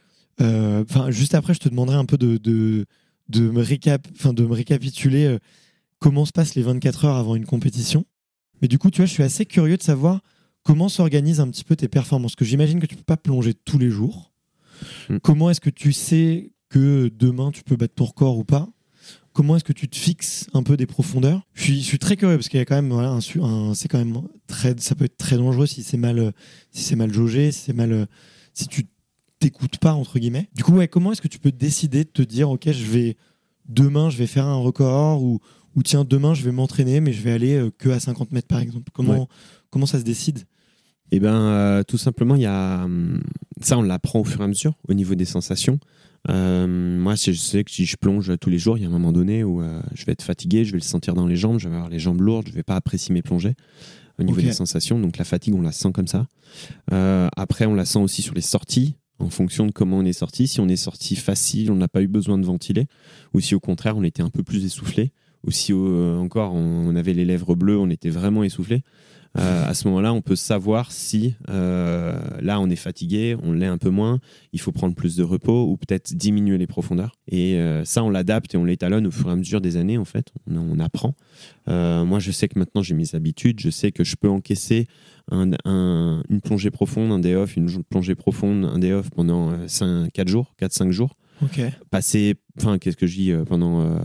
juste après, je te demanderai un peu de me récapituler comment se passent les 24 heures avant une compétition. Mais du coup, tu vois, je suis assez curieux de savoir comment s'organisent un petit peu tes performances. Parce que j'imagine que tu ne peux pas plonger tous les jours. Comment est-ce que tu sais que demain, tu peux battre ton record ou pas? Comment est-ce que tu te fixes un peu des profondeurs? Je suis très curieux parce qu'il y a quand même c'est quand même ça peut être très dangereux si c'est mal jaugé, si tu t'écoutes pas entre guillemets. Du coup, comment est-ce que tu peux décider de te dire ok, demain je vais faire un record ou tiens demain je vais m'entraîner mais je vais aller que à 50 mètres par exemple. Comment ça se décide?
Eh ben, tout simplement, il y a ça, on l'apprend au fur et à mesure au niveau des sensations. Moi, je sais que si je plonge tous les jours, il y a un moment donné où je vais être fatigué, je vais le sentir dans les jambes, je vais avoir les jambes lourdes, je vais pas apprécier mes plongées au niveau des sensations. Donc la fatigue, on la sent comme ça. Après, on la sent aussi sur les sorties, en fonction de comment on est sorti. Si on est sorti facile, on n'a pas eu besoin de ventiler, ou si au contraire, on était un peu plus essoufflé, ou si encore on avait les lèvres bleues, on était vraiment essoufflé. À ce moment-là, on peut savoir si là on est fatigué, on l'est un peu moins, il faut prendre plus de repos ou peut-être diminuer les profondeurs. Et ça, on l'adapte et on l'étalonne au fur et à mesure des années, en fait. On apprend. Moi, je sais que maintenant j'ai mes habitudes, je sais que je peux encaisser une plongée profonde, un day off, une plongée profonde, un day off pendant 4-5 jours. Passer, qu'est-ce que je dis, pendant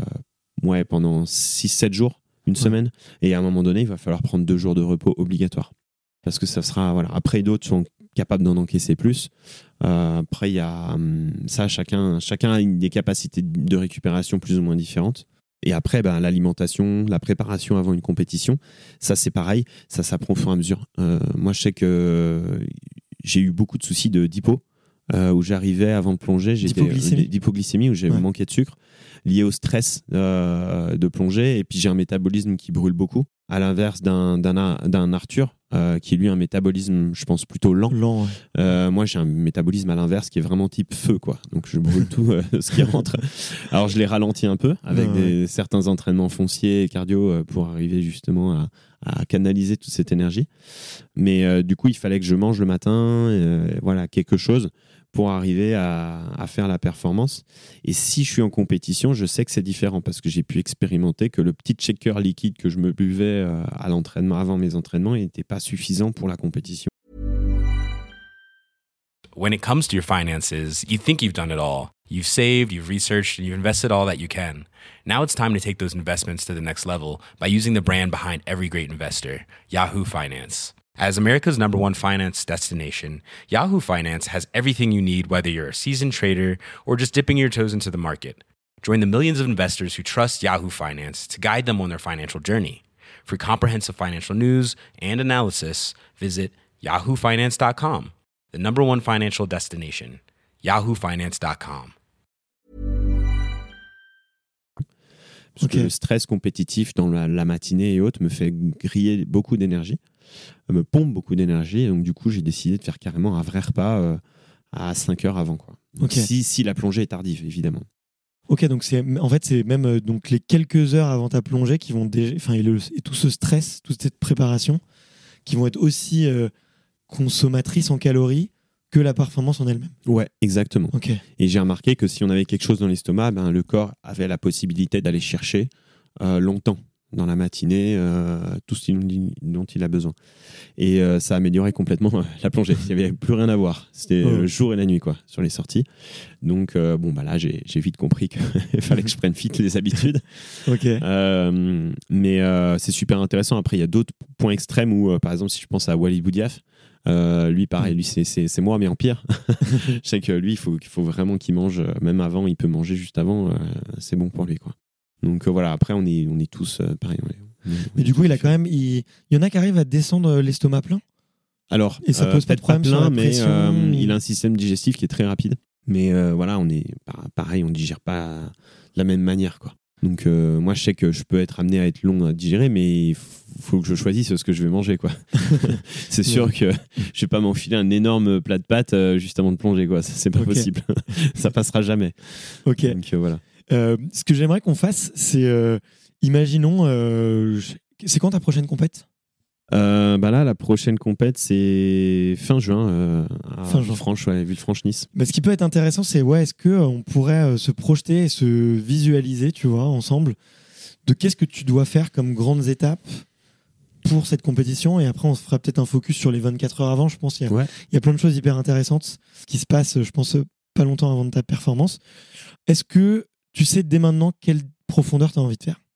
6-7 jours. Une semaine, et à un moment donné, il va falloir prendre 2 jours de repos obligatoire. Parce que ça sera, Après, d'autres sont capables d'en encaisser plus. Après, il y a ça, chacun a des capacités de récupération plus ou moins différentes. Et après, l'alimentation, la préparation avant une compétition, ça, c'est pareil, ça s'apprend au fur et à mesure. Moi, je sais que j'ai eu beaucoup de soucis d'hypo, où j'arrivais avant de plonger, d'hypoglycémie, où j'ai manqué de sucre, lié au stress de plonger, et puis j'ai un métabolisme qui brûle beaucoup, à l'inverse d'un Arthur, qui lui a un métabolisme, je pense, plutôt lent. Moi, j'ai un métabolisme à l'inverse qui est vraiment type feu, quoi. Donc je brûle tout ce qui rentre. Alors je l'ai ralenti un peu avec certains entraînements fonciers et cardio pour arriver justement à canaliser toute cette énergie. Mais du coup, il fallait que je mange le matin, quelque chose pour arriver à faire la performance. Et si je suis en compétition, je sais que c'est différent parce que j'ai pu expérimenter que le petit shaker liquide que je me buvais à l'entraînement, avant mes entraînements, n'était pas suffisant pour la compétition.
When it comes to your finances, you think you've done it all. You've saved, you've researched, and you've invested all that you can. Now it's time to take those investments to the next level by using the brand behind every great investor, Yahoo Finance. As America's #1 finance destination, Yahoo Finance has everything you need, whether you're a seasoned trader or just dipping your toes into the market. Join the millions of investors who trust Yahoo Finance to guide them on their financial journey. For comprehensive financial news and analysis, visit yahoofinance.com, the #1 financial destination, yahoofinance.com.
Parce que le stress compétitif dans la matinée et autres me fait griller beaucoup d'énergie, me pompe beaucoup d'énergie. Et donc, du coup, j'ai décidé de faire carrément un vrai repas à 5 heures avant, quoi. Si la plongée est tardive, évidemment.
Ok, donc c'est même donc les quelques heures avant ta plongée qui vont déjà, et tout ce stress, toute cette préparation, qui vont être aussi consommatrices en calories que la performance en elle-même.
Ouais, exactement.
Okay.
Et j'ai remarqué que si on avait quelque chose dans l'estomac, le corps avait la possibilité d'aller chercher longtemps. dans la matinée, tout ce dont il a besoin. Et ça a amélioré complètement la plongée. Il n'y avait plus rien à voir. C'était le jour et la nuit quoi, sur les sorties. Donc là, j'ai vite compris qu'il fallait que je prenne vite les habitudes.
Okay.
Mais c'est super intéressant. Après, il y a d'autres points extrêmes où, par exemple, si je pense à Walid Boudiaf, lui, pareil, lui, c'est moi, mais en pire. Je sais que lui, il faut vraiment qu'il mange, même avant, il peut manger juste avant. C'est bon pour lui, quoi. Donc voilà, après, on est tous pareil.
Mais du coup, il y en a qui arrivent à descendre l'estomac plein.
Alors,
et ça pose pas de problème
plein,
sur la
mais
pression.
il a un système digestif qui est très rapide. Mais voilà, on est pareil, on digère pas de la même manière, quoi. Donc moi, je sais que je peux être amené à être long à digérer, mais il faut que je choisisse ce que je vais manger, quoi. C'est sûr que je vais pas m'enfiler un énorme plat de pâtes juste avant de plonger, quoi. Ça, c'est pas possible. Ça passera jamais.
Ok.
Donc voilà.
Ce que j'aimerais qu'on fasse, c'est imaginons, c'est quand ta prochaine compète?
Là, la prochaine compète, c'est fin juin, à
Fin juin.
Villefranche, Villefranche-Nice.
Ce qui peut être intéressant, c'est est-ce qu'on pourrait se projeter et se visualiser, tu vois, ensemble, de qu'est-ce que tu dois faire comme grandes étapes pour cette compétition, et après on se fera peut-être un focus sur les 24 heures avant. Je pense qu'il y a plein de choses hyper intéressantes qui se passent, je pense, pas longtemps avant de ta performance. Est-ce que tu sais dès maintenant quelle profondeur tu as envie de faire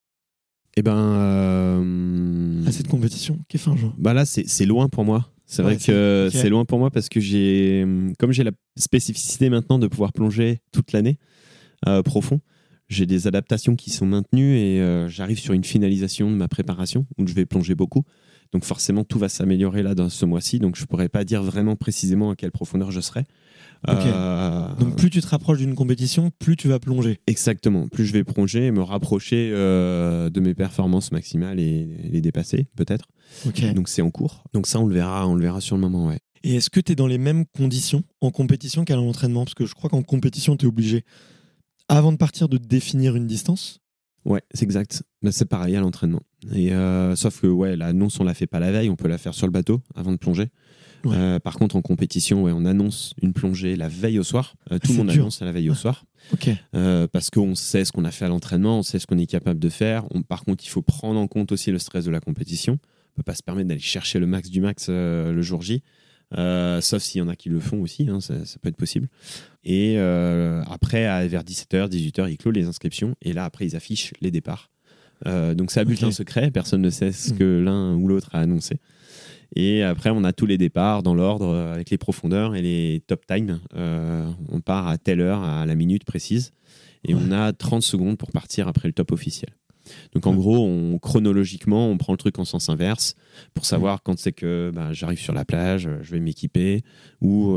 à cette compétition qui est fin juin?
Là, c'est loin pour moi. C'est vrai que c'est loin pour moi parce que comme j'ai la spécificité maintenant de pouvoir plonger toute l'année profond, j'ai des adaptations qui sont maintenues et j'arrive sur une finalisation de ma préparation où je vais plonger beaucoup. Donc forcément, tout va s'améliorer là dans ce mois-ci. Donc je ne pourrais pas dire vraiment précisément à quelle profondeur je serai.
Donc plus tu te rapproches d'une compétition, plus tu vas plonger.
Exactement. Plus je vais plonger et me rapprocher de mes performances maximales et les dépasser peut-être. Donc c'est en cours. Donc ça, on le verra sur le moment. Ouais.
Et est-ce que tu es dans les mêmes conditions en compétition qu'à l'entraînement? Parce que je crois qu'en compétition, tu es obligé, avant de partir, de définir une distance.
Ouais, c'est exact. C'est pareil à l'entraînement. Et sauf que l'annonce, on la fait pas la veille, on peut la faire sur le bateau avant de plonger. Ouais. Par contre, en compétition, on annonce une plongée la veille au soir. Tout le monde annonce à la veille au soir. Parce qu'on sait ce qu'on a fait à l'entraînement, on sait ce qu'on est capable de faire. Par contre, il faut prendre en compte aussi le stress de la compétition. On peut pas se permettre d'aller chercher le max du max le jour J. Sauf s'il y en a qui le font aussi, ça peut être possible. Et après, vers 17h, 18h, ils clôt les inscriptions. Et là, après, ils affichent les départs. Donc c'est à bulletin secret, personne ne sait ce que l'un ou l'autre a annoncé. Et après, on a tous les départs dans l'ordre avec les profondeurs et les top time. On part à telle heure, à la minute précise. Et on a 30 secondes pour partir après le top officiel. Donc en gros, chronologiquement, on prend le truc en sens inverse pour savoir quand c'est que j'arrive sur la plage, je vais m'équiper, ou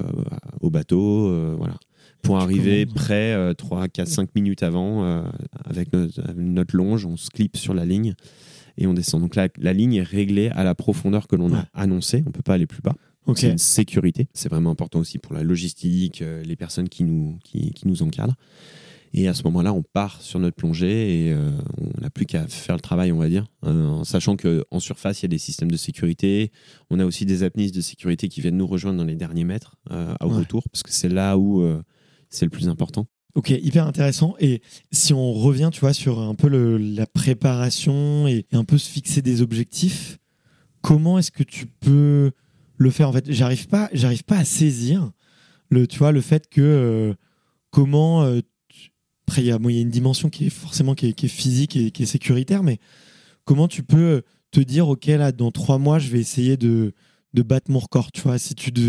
au bateau, voilà. Pour arriver près 3, 4, 5 minutes avant, avec notre longe, on se clip sur la ligne et on descend. Donc là, la ligne est réglée à la profondeur que l'on a annoncée, on ne peut pas aller plus bas. C'est une sécurité, c'est vraiment important aussi pour la logistique, les personnes qui nous encadrent. Et à ce moment-là, on part sur notre plongée et on n'a plus qu'à faire le travail, on va dire, en sachant qu'en surface, il y a des systèmes de sécurité. On a aussi des apnéistes de sécurité qui viennent nous rejoindre dans les derniers mètres au retour, parce que c'est là où c'est le plus important.
Ok, hyper intéressant. Et si on revient, tu vois, sur un peu la préparation et un peu se fixer des objectifs, comment est-ce que tu peux le faire? En fait, j'arrive pas à saisir le fait que comment... Après, il y a une dimension qui est forcément qui est physique et qui est sécuritaire, mais comment tu peux te dire, ok, là, dans 3 mois, je vais essayer de battre mon record, tu vois, est-ce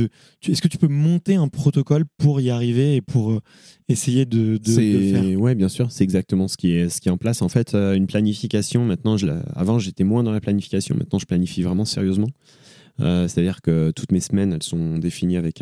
que tu peux monter un protocole pour y arriver et pour essayer de le faire?
Ouais, bien sûr, c'est exactement ce qui est en place. En fait, une planification, maintenant, avant, j'étais moins dans la planification, maintenant, je planifie vraiment sérieusement. C'est-à-dire que toutes mes semaines, elles sont définies avec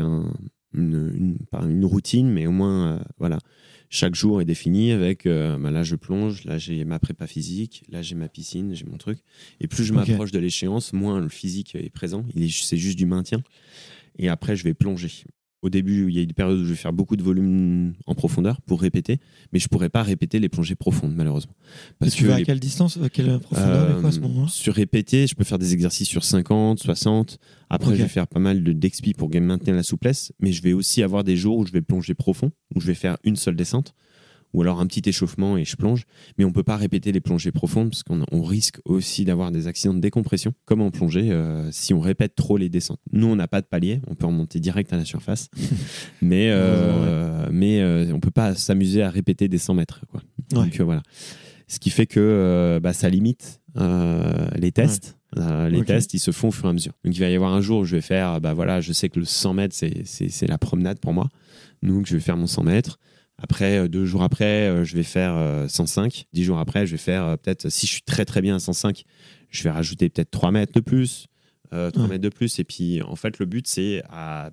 pas une routine, mais au moins, voilà. Chaque jour est défini avec là je plonge, là j'ai ma prépa physique, là j'ai ma piscine, j'ai mon truc. Et plus je m'approche de l'échéance, moins le physique est présent. C'est juste du maintien. Et après, je vais plonger. Au début, il y a des périodes où je vais faire beaucoup de volume en profondeur pour répéter, mais je ne pourrais pas répéter les plongées profondes, malheureusement.
Parce tu vas à quelle distance, à quelle profondeur à ce moment-là?
Sur répéter, je peux faire des exercices sur 50, 60. Après, je vais faire pas mal d'expi pour maintenir la souplesse, mais je vais aussi avoir des jours où je vais plonger profond, où je vais faire une seule descente, ou alors un petit échauffement et je plonge. Mais on peut pas répéter les plongées profondes parce qu'on risque aussi d'avoir des accidents de décompression, comme en plongée, si on répète trop les descentes. Nous, on n'a pas de palier, on peut remonter direct à la surface, mais on peut pas s'amuser à répéter des 100 mètres, quoi. Donc voilà. Ce qui fait que ça limite les tests. Les tests, ils se font au fur et à mesure. Donc, il va y avoir un jour où je vais faire, je sais que le 100 mètres, c'est la promenade pour moi. Donc, je vais faire mon 100 mètres. Après, 2 jours après, je vais faire 105. 10 jours après, je vais faire peut-être, si je suis très très bien à 105, je vais rajouter peut-être 3 mètres de plus. 3 mètres de plus. Et puis, en fait, le but, c'est à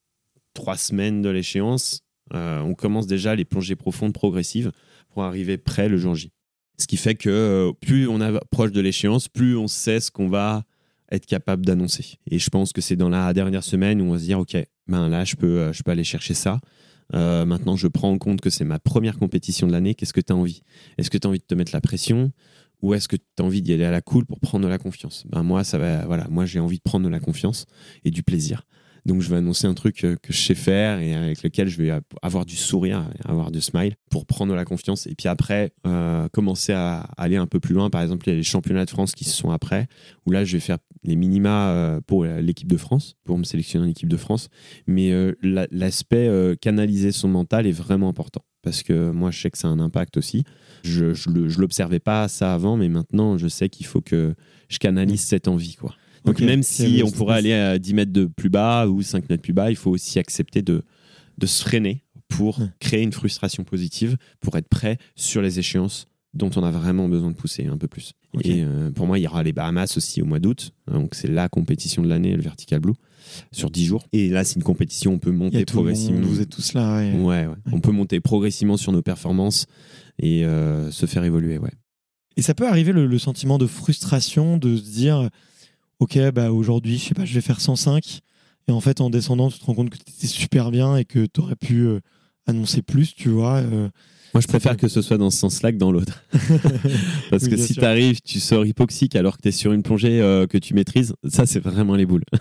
3 semaines de l'échéance, on commence déjà les plongées profondes progressives pour arriver près le jour J. Ce qui fait que plus on approche de l'échéance, plus on sait ce qu'on va être capable d'annoncer. Et je pense que c'est dans la dernière semaine où on va se dire, OK, là, je peux aller chercher ça. Maintenant, je prends en compte que c'est ma première compétition de l'année. Qu'est-ce que tu as envie ? Est-ce que tu as envie de te mettre la pression ou est-ce que tu as envie d'y aller à la cool pour prendre de la confiance ? Moi, moi, j'ai envie de prendre de la confiance et du plaisir. Donc, je vais annoncer un truc que je sais faire et avec lequel je vais avoir du sourire, avoir du smile pour prendre de la confiance. Et puis après, commencer à aller un peu plus loin. Par exemple, il y a les championnats de France qui se sont après, où là, je vais faire les minima pour l'équipe de France, pour me sélectionner en équipe de France. Mais l'aspect canaliser son mental est vraiment important. Parce que moi, je sais que ça a un impact aussi. Je l'observais pas ça avant, mais maintenant, je sais qu'il faut que je canalise cette envie, quoi. Donc même si on pourrait aller à 10 mètres de plus bas ou 5 mètres plus bas, il faut aussi accepter de se freiner pour créer une frustration positive, pour être prêt sur les échéances dont on a vraiment besoin de pousser un peu plus. Et pour moi, il y aura les Bahamas aussi au mois d'août. Donc c'est la compétition de l'année, le Vertical Blue, sur 10 jours. Et là, c'est une compétition, on peut monter progressivement.
Vous êtes tous là.
Ouais. On peut monter progressivement sur nos performances et se faire évoluer. Ouais.
Et ça peut arriver le sentiment de frustration de se dire... Ok, aujourd'hui, je sais pas, je vais faire 105. Et en fait, en descendant, tu te rends compte que tu étais super bien et que tu aurais pu annoncer plus, tu vois.
Moi, je préfère que ce soit dans ce sens-là que dans l'autre. Parce que si tu arrives, tu sors hypoxique alors que tu es sur une plongée que tu maîtrises, ça, c'est vraiment les boules.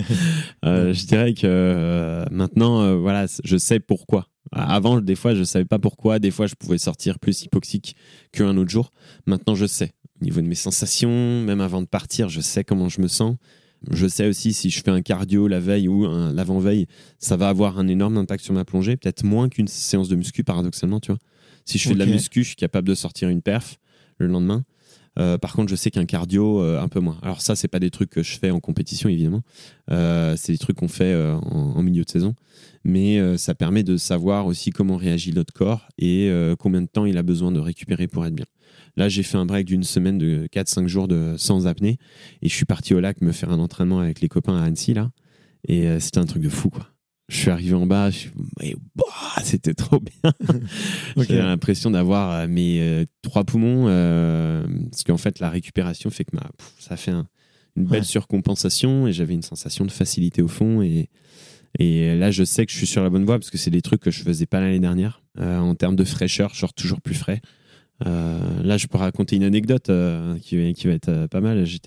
Je dirais que maintenant, je sais pourquoi. Avant, des fois, je ne savais pas pourquoi. Des fois, je pouvais sortir plus hypoxique qu'un autre jour. Maintenant, je sais. Au niveau de mes sensations, même avant de partir, je sais comment je me sens. Je sais aussi si je fais un cardio la veille ou l'avant-veille, ça va avoir un énorme impact sur ma plongée, peut-être moins qu'une séance de muscu, paradoxalement, tu vois. Si je fais de la muscu, je suis capable de sortir une perf le lendemain. Par contre, je sais qu'un cardio, un peu moins. Alors ça, c'est pas des trucs que je fais en compétition, évidemment. C'est des trucs qu'on fait en milieu de saison. Mais ça permet de savoir aussi comment réagit notre corps et combien de temps il a besoin de récupérer pour être bien. Là, j'ai fait un break d'une semaine de 4-5 jours sans apnée et je suis parti au lac me faire un entraînement avec les copains à Annecy, là. Et c'était un truc de fou, quoi. Je suis arrivé en bas, c'était trop bien. J'ai l'impression d'avoir mes 3 poumons, parce qu'en fait, la récupération fait que ça fait une belle surcompensation et j'avais une sensation de facilité au fond. Et là, je sais que je suis sur la bonne voie parce que c'est des trucs que je faisais pas l'année dernière. En termes de fraîcheur, genre toujours plus frais. Là, je peux raconter une anecdote qui va être pas mal. J'étais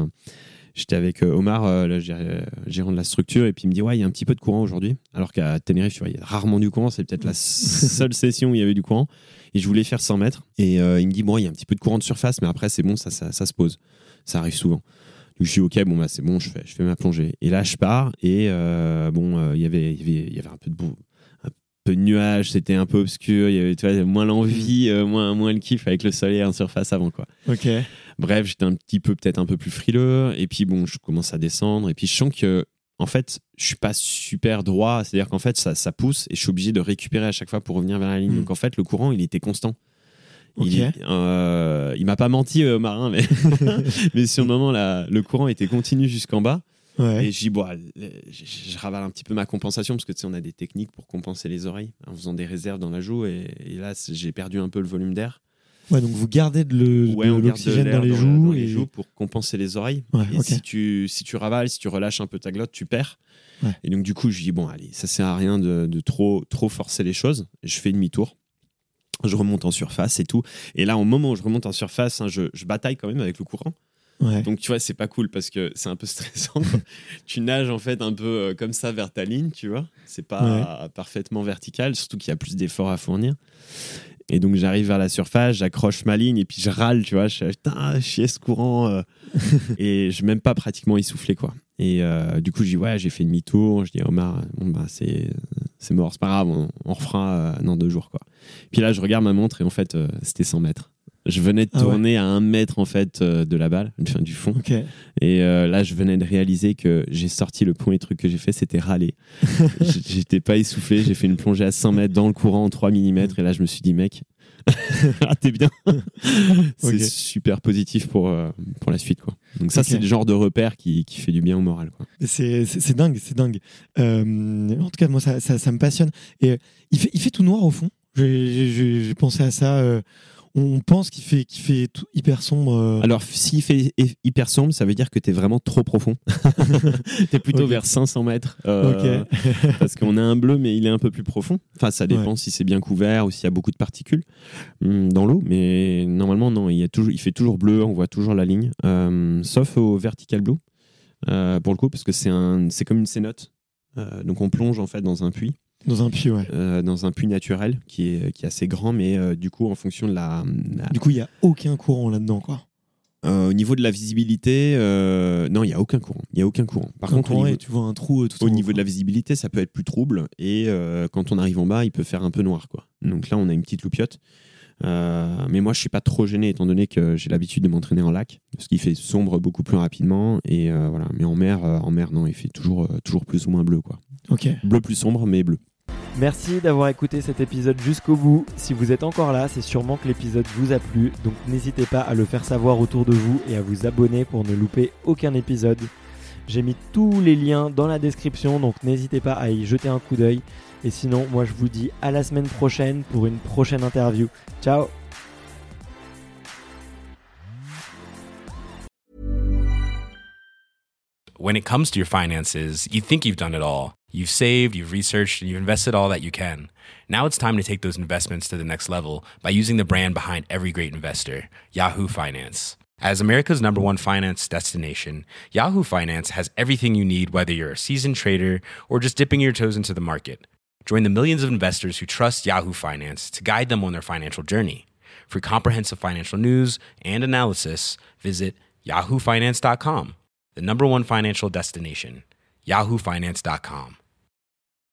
avec Omar, le gérant de la structure, et puis il me dit il y a un petit peu de courant aujourd'hui. Alors qu'à Tenerife, tu vois, il y a rarement du courant. C'est peut-être la seule session où il y avait du courant. Et je voulais faire 100 mètres. Et il me dit il y a un petit peu de courant de surface, mais après, c'est bon, ça se pose. Ça arrive souvent. Donc je suis OK, c'est bon, je fais ma plongée. Et là, je pars, et il y avait un peu de boue. De nuages, c'était un peu obscur, il y avait moins l'envie, moins le kiff avec le soleil en surface avant, quoi. Bref, j'étais peut-être un peu plus frileux, et puis je commence à descendre, et puis je sens que en fait, je suis pas super droit, c'est-à-dire qu'en fait ça pousse et je suis obligé de récupérer à chaque fois pour revenir vers la ligne. Donc en fait, le courant, il était constant. Il m'a pas menti, Marin, mais sur le moment là, le courant était continu jusqu'en bas. Et je dis, je ravale un petit peu ma compensation parce que tu sais, on a des techniques pour compenser les oreilles en faisant des réserves dans la joue. Et là, j'ai perdu un peu le volume d'air.
Ouais, donc vous gardez de l'oxygène dans les joues
pour compenser les oreilles. Si tu ravales, si tu relâches un peu ta glotte, tu perds. Et donc, du coup, je dis, allez, ça sert à rien de trop forcer les choses. Je fais demi-tour. Je remonte en surface et tout. Et là, au moment où je remonte en surface, je bataille quand même avec le courant. Donc tu vois, c'est pas cool parce que c'est un peu stressant. Tu nages en fait un peu comme ça vers ta ligne, tu vois. C'est pas parfaitement vertical, surtout qu'il y a plus d'efforts à fournir. Et donc j'arrive vers la surface, j'accroche ma ligne et puis je râle, tu vois, je suis putain, chier ce courant et je même pas pratiquement essoufflé quoi. Et du coup je dis ouais, j'ai fait demi-tour, je dis à Omar bon bah c'est mort, c'est pas grave, on refera dans 2 jours quoi. Puis là je regarde ma montre et en fait c'était 100 mètres. Je venais de tourner à 1 mètre en fait de la balle, enfin, du fond.
Okay.
Et là, je venais de réaliser que j'ai sorti le premier truc que j'ai fait, c'était râler. J'étais pas essoufflé, j'ai fait une plongée à 100 mètres dans le courant en 3 mm. Et là, je me suis dit, mec, t'es bien. C'est super positif pour la suite, quoi. Donc ça, c'est le genre de repère qui fait du bien au moral, quoi.
C'est dingue, c'est dingue. En tout cas, moi, ça me passionne. Et il fait tout noir au fond. J'ai pensé à ça. On pense qu'il fait tout hyper sombre.
Alors, s'il fait hyper sombre, ça veut dire que t'es vraiment trop profond. T'es plutôt vers 500 mètres. Parce qu'on a un bleu, mais il est un peu plus profond. Enfin, ça dépend si c'est bien couvert ou s'il y a beaucoup de particules dans l'eau. Mais normalement, non, il fait toujours bleu, on voit toujours la ligne. Sauf au vertical blue, pour le coup, parce que c'est comme une cénote. Donc, on plonge en fait dans un puits.
Dans un puits,
dans un puits naturel qui est assez grand, mais du coup, en fonction de la...
Du coup, il n'y a aucun courant là-dedans, quoi.
Au niveau de la visibilité, non, il n'y a aucun courant. Il y a aucun courant. Par contre,
tu vois un trou tout
au niveau de la visibilité, ça peut être plus trouble. Et quand on arrive en bas, il peut faire un peu noir, quoi. Donc là, on a une petite loupiote. Mais moi, je ne suis pas trop gêné, étant donné que j'ai l'habitude de m'entraîner en lac, parce qu'il fait sombre beaucoup plus rapidement. Et voilà. Mais en mer, non, il fait toujours plus ou moins bleu, quoi. Bleu plus sombre, mais bleu.
Merci d'avoir écouté cet épisode jusqu'au bout. Si vous êtes encore là, c'est sûrement que l'épisode vous a plu, donc n'hésitez pas à le faire savoir autour de vous et à vous abonner pour ne louper aucun épisode. J'ai mis tous les liens dans la description, donc n'hésitez pas à y jeter un coup d'œil. Et sinon, moi je vous dis à la semaine prochaine pour une prochaine interview. Ciao!
When it comes to your finances, you think you've done it all. You've saved, you've researched, and you've invested all that you can. Now it's time to take those investments to the next level by using the brand behind every great investor, Yahoo Finance. As America's #1 finance destination, Yahoo Finance has everything you need, whether you're a seasoned trader or just dipping your toes into the market. Join the millions of investors who trust Yahoo Finance to guide them on their financial journey. For comprehensive financial news and analysis, visit yahoofinance.com. The #1 financial destination, yahoofinance.com.